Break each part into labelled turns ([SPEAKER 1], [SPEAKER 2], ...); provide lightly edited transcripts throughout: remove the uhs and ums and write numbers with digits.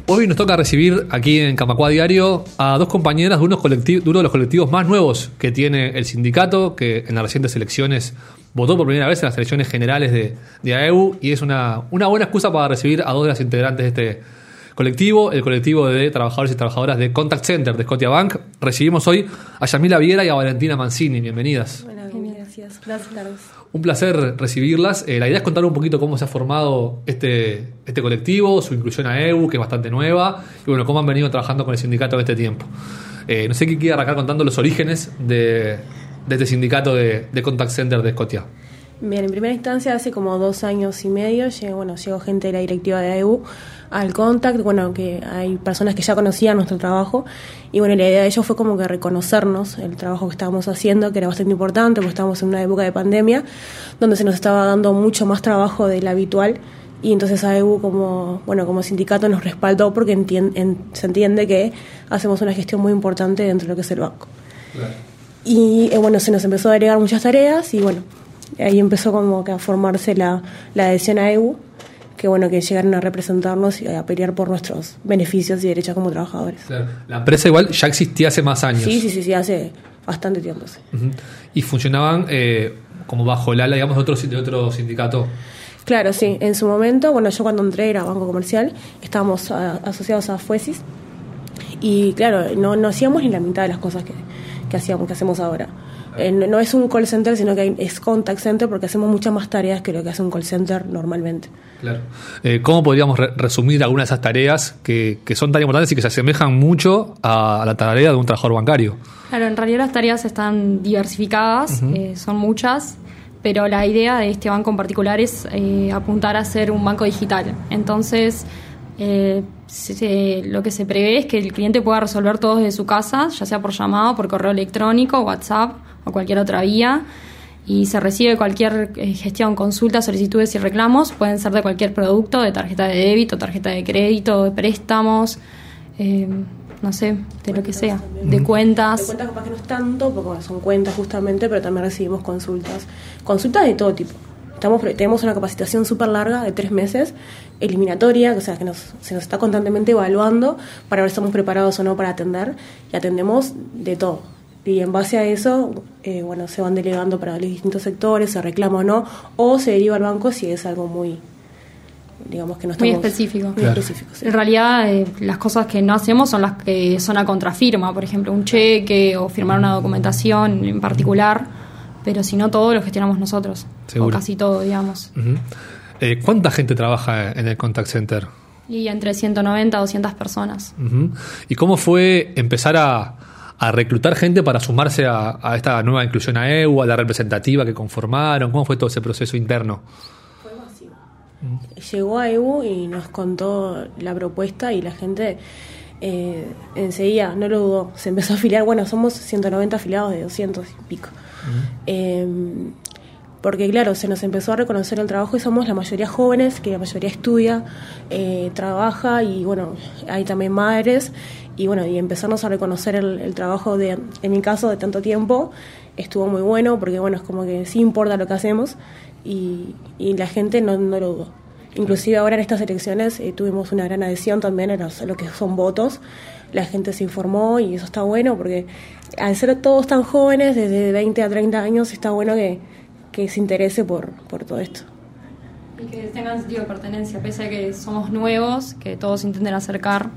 [SPEAKER 1] Hoy nos toca recibir aquí en Camacuá Diario a dos compañeras de uno de los colectivos más nuevos que tiene el sindicato, que en las recientes elecciones votó por primera vez en las elecciones generales de AEU, y es una buena excusa para recibir a dos de las integrantes de este colectivo, el colectivo de trabajadores y trabajadoras de Contact Center de Scotiabank. Recibimos hoy a Yamila Viera y a Valentina Mancini. Bienvenidas.
[SPEAKER 2] Bueno, gracias. Gracias, Carlos.
[SPEAKER 1] Un placer recibirlas. La idea es contar un poquito cómo se ha formado este colectivo, su inclusión a AEU, que es bastante nueva, y bueno, cómo han venido trabajando con el sindicato en este tiempo. No sé quién quiere arrancar contando los orígenes de este sindicato de Contact Center de Scotia.
[SPEAKER 2] Bien, en primera instancia, hace como 2 años y medio, llegó gente de la directiva de AEU al Contact, que hay personas que ya conocían nuestro trabajo, y bueno, la idea de ellos fue como que reconocernos el trabajo que estábamos haciendo, que era bastante importante, porque estábamos en una época de pandemia, donde se nos estaba dando mucho más trabajo del habitual, y entonces AEU como sindicato nos respaldó porque se entiende que hacemos una gestión muy importante dentro de lo que es el banco. Claro. Y se nos empezó a agregar muchas tareas, y ahí empezó como que a formarse la adhesión a AEU, que llegaron a representarnos y a pelear por nuestros beneficios y derechos como trabajadores.
[SPEAKER 1] Claro. La empresa igual ya existía hace más años.
[SPEAKER 2] Sí, hace bastante tiempo. Sí.
[SPEAKER 1] Uh-huh. Y funcionaban como bajo el ala, digamos, de otro sindicato.
[SPEAKER 2] Claro, sí. En su momento, yo cuando entré era Banco Comercial, estábamos asociados a FUESIS, y claro, no hacíamos ni la mitad de las cosas que hacemos ahora. No es un call center, sino que es contact center, porque hacemos muchas más tareas que lo que hace un call center normalmente.
[SPEAKER 1] Claro. ¿Cómo podríamos resumir algunas de esas tareas que son tan importantes y que se asemejan mucho a la tarea de un trabajador bancario?
[SPEAKER 3] Claro, en realidad las tareas están diversificadas, uh-huh. Son muchas, pero la idea de este banco en particular es apuntar a ser un banco digital. Entonces, lo que se prevé es que el cliente pueda resolver todo desde su casa, ya sea por llamado, por correo electrónico, WhatsApp o cualquier otra vía, y se recibe cualquier gestión, consultas, solicitudes y reclamos, pueden ser de cualquier producto, de tarjeta de débito, tarjeta de crédito, de préstamos, de lo que sea, de cuentas.
[SPEAKER 2] De cuentas capaz que no es tanto, porque son cuentas justamente, pero también recibimos consultas de todo tipo. Tenemos una capacitación súper larga de 3 meses, eliminatoria, se nos está constantemente evaluando para ver si estamos preparados o no para atender, y atendemos de todo. Y en base a eso, se van delegando para los distintos sectores, se reclama o no, o se deriva al banco si es algo muy, digamos que no estamos...
[SPEAKER 3] Muy específico.
[SPEAKER 1] Claro.
[SPEAKER 3] Sí. En realidad, las cosas que no hacemos son las que son a contrafirma, por ejemplo, un cheque o firmar una documentación en particular, pero si no, todo lo gestionamos nosotros. Seguro. O casi todo, digamos.
[SPEAKER 1] Uh-huh. ¿Cuánta gente trabaja en el Contact Center?
[SPEAKER 3] Y entre 190 a 200 personas.
[SPEAKER 1] Uh-huh. ¿Y cómo fue empezar a reclutar gente para sumarse a esta nueva inclusión a AEU, a la representativa que conformaron? ¿Cómo fue todo ese proceso interno?
[SPEAKER 2] Fue masivo. Llegó a AEU y nos contó la propuesta, y la gente enseguida no lo dudó, se empezó a afiliar. Somos 190 afiliados de 200 y pico. Uh-huh. Porque claro, se nos empezó a reconocer el trabajo, y somos la mayoría jóvenes, que la mayoría estudia, trabaja, y hay también madres, y empezarnos a reconocer el trabajo en mi caso, de tanto tiempo, estuvo muy bueno, porque es como que sí importa lo que hacemos, y la gente no lo dudó. Inclusive ahora en estas elecciones tuvimos una gran adhesión también a lo que son votos. La gente se informó, y eso está bueno, porque al ser todos tan jóvenes, desde 20 a 30 años, está bueno que se interese por todo esto.
[SPEAKER 3] Y que tengan sentido de pertenencia, pese a que somos nuevos, que todos intenten acercar.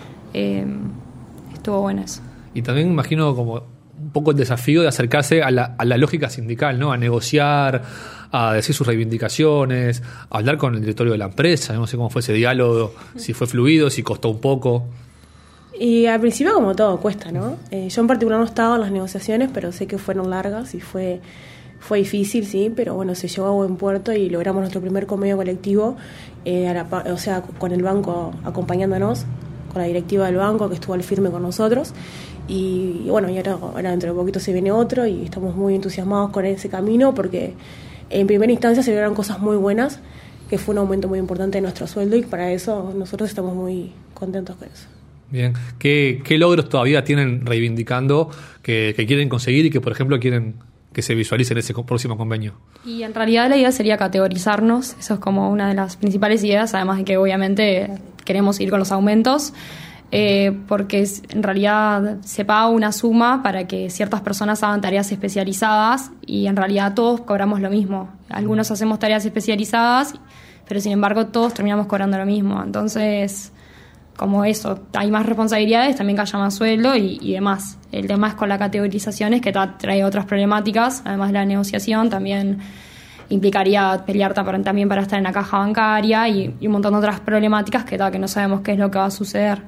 [SPEAKER 3] Estuvo bueno eso.
[SPEAKER 1] Y también imagino como un poco el desafío de acercarse a la lógica sindical, ¿no? A negociar, a decir sus reivindicaciones, a hablar con el directorio de la empresa. No sé cómo fue ese diálogo, si fue fluido, si costó un poco.
[SPEAKER 2] Y al principio, como todo, cuesta, ¿no? Yo en particular no estaba en las negociaciones, pero sé que fueron largas y fue difícil, sí, pero se llevó a buen puerto y logramos nuestro primer convenio colectivo, con el banco acompañándonos, con la directiva del banco que estuvo al firme con nosotros, y ahora dentro de poquito se viene otro, y estamos muy entusiasmados con ese camino, porque en primera instancia se lograron cosas muy buenas, que fue un aumento muy importante de nuestro sueldo, y para eso nosotros estamos muy contentos con eso.
[SPEAKER 1] Bien. ¿Qué logros todavía tienen reivindicando que quieren conseguir y que, por ejemplo, quieren que se visualice en ese próximo convenio?
[SPEAKER 3] Y en realidad la idea sería categorizarnos, eso es como una de las principales ideas, además de que obviamente queremos ir con los aumentos, porque en realidad se paga una suma para que ciertas personas hagan tareas especializadas y en realidad todos cobramos lo mismo. Algunos hacemos tareas especializadas, pero sin embargo todos terminamos cobrando lo mismo. Entonces, como eso, hay más responsabilidades, también que haya más sueldo y demás. El tema es con la categorización, es que trae otras problemáticas, además de la negociación, también implicaría pelear también para estar en la caja bancaria y un montón de otras problemáticas que no sabemos qué es lo que va a suceder.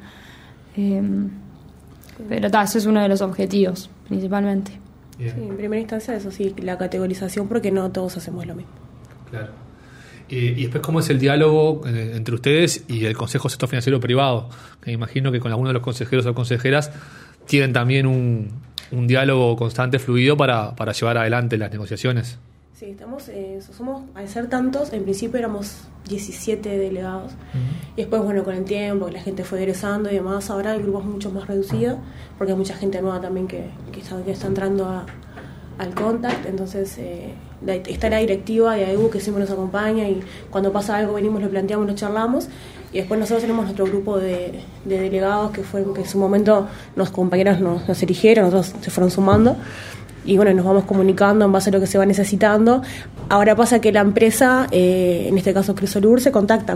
[SPEAKER 3] Pero ese es uno de los objetivos, principalmente.
[SPEAKER 2] Sí, en primera instancia, eso sí, la categorización, porque no todos hacemos lo mismo.
[SPEAKER 1] Claro. Y después, ¿cómo es el diálogo entre ustedes y el Consejo Sector Financiero Privado? Que me imagino que con algunos de los consejeros o consejeras tienen también un diálogo constante, fluido, para llevar adelante las negociaciones.
[SPEAKER 2] Sí, somos, al ser tantos, en principio éramos 17 delegados. Y después, bueno, con el tiempo, la gente fue egresando y demás, ahora el grupo es mucho más reducido, porque hay mucha gente nueva también que está entrando al Contact. Entonces está la directiva de AEU que siempre nos acompaña, y cuando pasa algo venimos, lo planteamos, lo charlamos, y después nosotros tenemos nuestro grupo de delegados que en su momento los compañeros nos eligieron, nosotros se fueron sumando, y bueno, nos vamos comunicando en base a lo que se va necesitando. Ahora pasa que la empresa, en este caso Crisolur, se contacta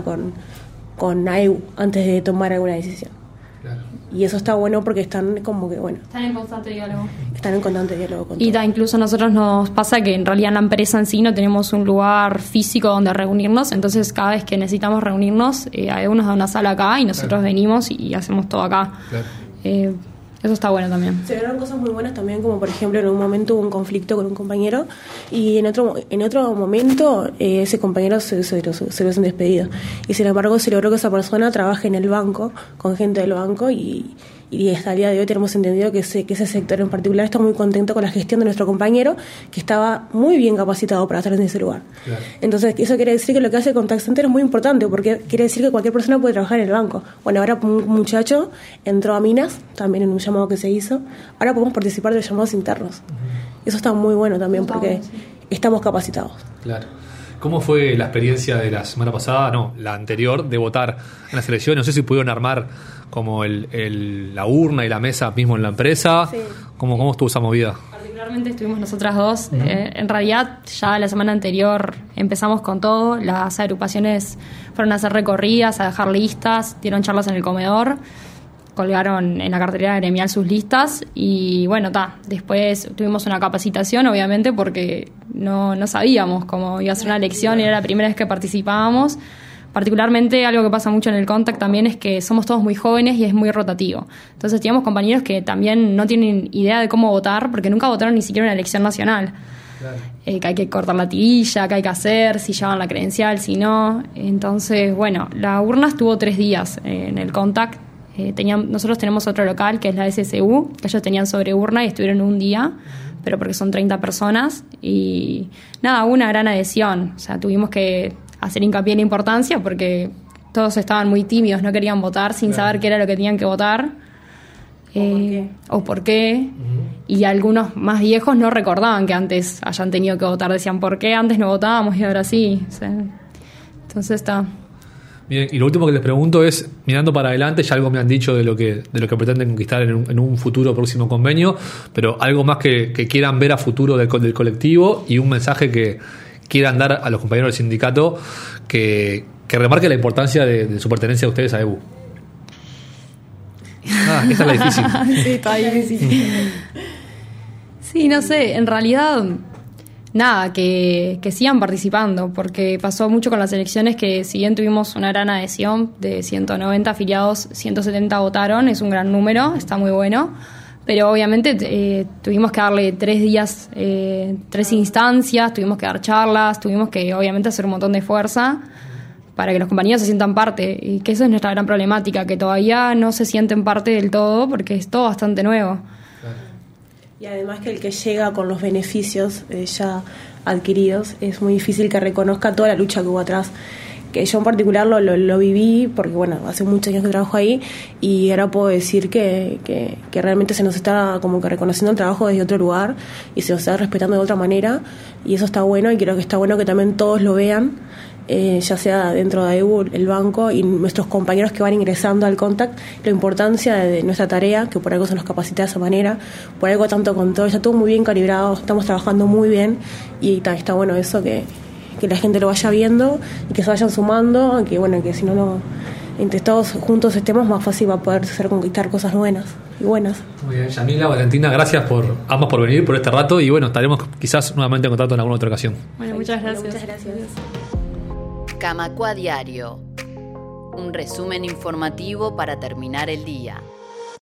[SPEAKER 2] con AEU antes de tomar alguna decisión. Claro. Y eso está bueno porque están como que, bueno...
[SPEAKER 3] Están en constante diálogo.
[SPEAKER 2] Están en constante diálogo con
[SPEAKER 3] y incluso a nosotros nos pasa que en realidad en la empresa en sí no tenemos un lugar físico donde reunirnos, entonces cada vez que necesitamos reunirnos, AEU nos da una sala acá y nosotros venimos y hacemos todo acá. Claro. Eso está bueno también.
[SPEAKER 2] Se vieron cosas muy buenas también, como por ejemplo en un momento hubo un conflicto con un compañero y en otro momento ese compañero se hubiesen despedido. Y sin embargo se logró que esa persona trabaje en el banco, con gente del banco, y hasta el día de hoy tenemos entendido que ese sector en particular está muy contento con la gestión de nuestro compañero, que estaba muy bien capacitado para estar en ese lugar. Claro. Entonces eso quiere decir que lo que hace el Contact Center es muy importante, porque quiere decir que cualquier persona puede trabajar en el banco. Bueno, ahora un muchacho entró a Minas, también en un llamado que se hizo. Ahora podemos participar de llamados internos. Eso está muy bueno también, porque estamos capacitados.
[SPEAKER 1] Claro. ¿Cómo fue la experiencia de la semana pasada, la anterior, de votar en las elecciones? No sé si pudieron armar como la urna y la mesa mismo en la empresa. Sí. ¿Cómo estuvo esa movida?
[SPEAKER 3] Particularmente estuvimos nosotras dos. En realidad, ya la semana anterior empezamos con todo. Las agrupaciones fueron a hacer recorridas, a dejar listas, dieron charlas en el comedor, colgaron en la cartelera gremial sus listas y bueno, después tuvimos una capacitación, obviamente, porque no sabíamos cómo iba a ser una elección y era la primera vez que participábamos. Particularmente, algo que pasa mucho en el Contact también es que somos todos muy jóvenes y es muy rotativo. Entonces teníamos compañeros que también no tienen idea de cómo votar, porque nunca votaron ni siquiera en una elección nacional. Claro. Que hay que cortar la tirilla, que hay que hacer, si llevan la credencial, si no. Entonces, bueno, la urna estuvo 3 días en el Contact. Nosotros tenemos otro local que es la SSU, que ellos tenían sobre urna y estuvieron un día, pero porque son 30 personas y hubo una gran adhesión. O sea, tuvimos que hacer hincapié en la importancia porque todos estaban muy tímidos, no querían votar sin saber qué era lo que tenían que votar o por qué. Y algunos más viejos no recordaban que antes hayan tenido que votar, decían ¿por qué antes no votábamos y ahora sí? O sea, entonces está...
[SPEAKER 1] Bien, y lo último que les pregunto es, mirando para adelante, ya algo me han dicho de lo que pretenden conquistar en un futuro próximo convenio, pero algo más que quieran ver a futuro del colectivo y un mensaje que quieran dar a los compañeros del sindicato que remarque la importancia de su pertenencia a ustedes a EBU. Esa es la difícil.
[SPEAKER 3] Sí, está difícil. Sí, no sé, en realidad... que sigan participando, porque pasó mucho con las elecciones que si bien tuvimos una gran adhesión de 190 afiliados, 170 votaron, es un gran número, está muy bueno, pero obviamente tuvimos que darle 3 días, 3 instancias, tuvimos que dar charlas, tuvimos que obviamente hacer un montón de fuerza para que los compañeros se sientan parte, y que esa es nuestra gran problemática, que todavía no se sienten parte del todo porque es todo bastante nuevo.
[SPEAKER 2] Y además que el que llega con los beneficios ya adquiridos, es muy difícil que reconozca toda la lucha que hubo atrás. que yo en particular lo viví, porque bueno, hace muchos años que trabajo ahí, y ahora puedo decir que realmente se nos está como que reconociendo el trabajo desde otro lugar y se nos está respetando de otra manera, y eso está bueno, y creo que está bueno que también todos lo vean, ya sea dentro de AEBU, el banco y nuestros compañeros que van ingresando al Contact, la importancia de nuestra tarea, que por algo se nos capacita de esa manera, por algo tanto control, está todo muy bien calibrado, estamos trabajando muy bien, y está bueno eso, que la gente lo vaya viendo y que se vayan sumando, que bueno, que si no, entre todos juntos estemos, más fácil va a poder ser conquistar cosas buenas.
[SPEAKER 1] Muy bien, Yamila, Valentina, gracias ambas por venir por este rato, y bueno, estaremos quizás nuevamente en contacto en alguna otra ocasión.
[SPEAKER 3] Bueno, muchas gracias.
[SPEAKER 2] Muchas gracias.
[SPEAKER 4] Camacua Diario, un resumen informativo para terminar el día.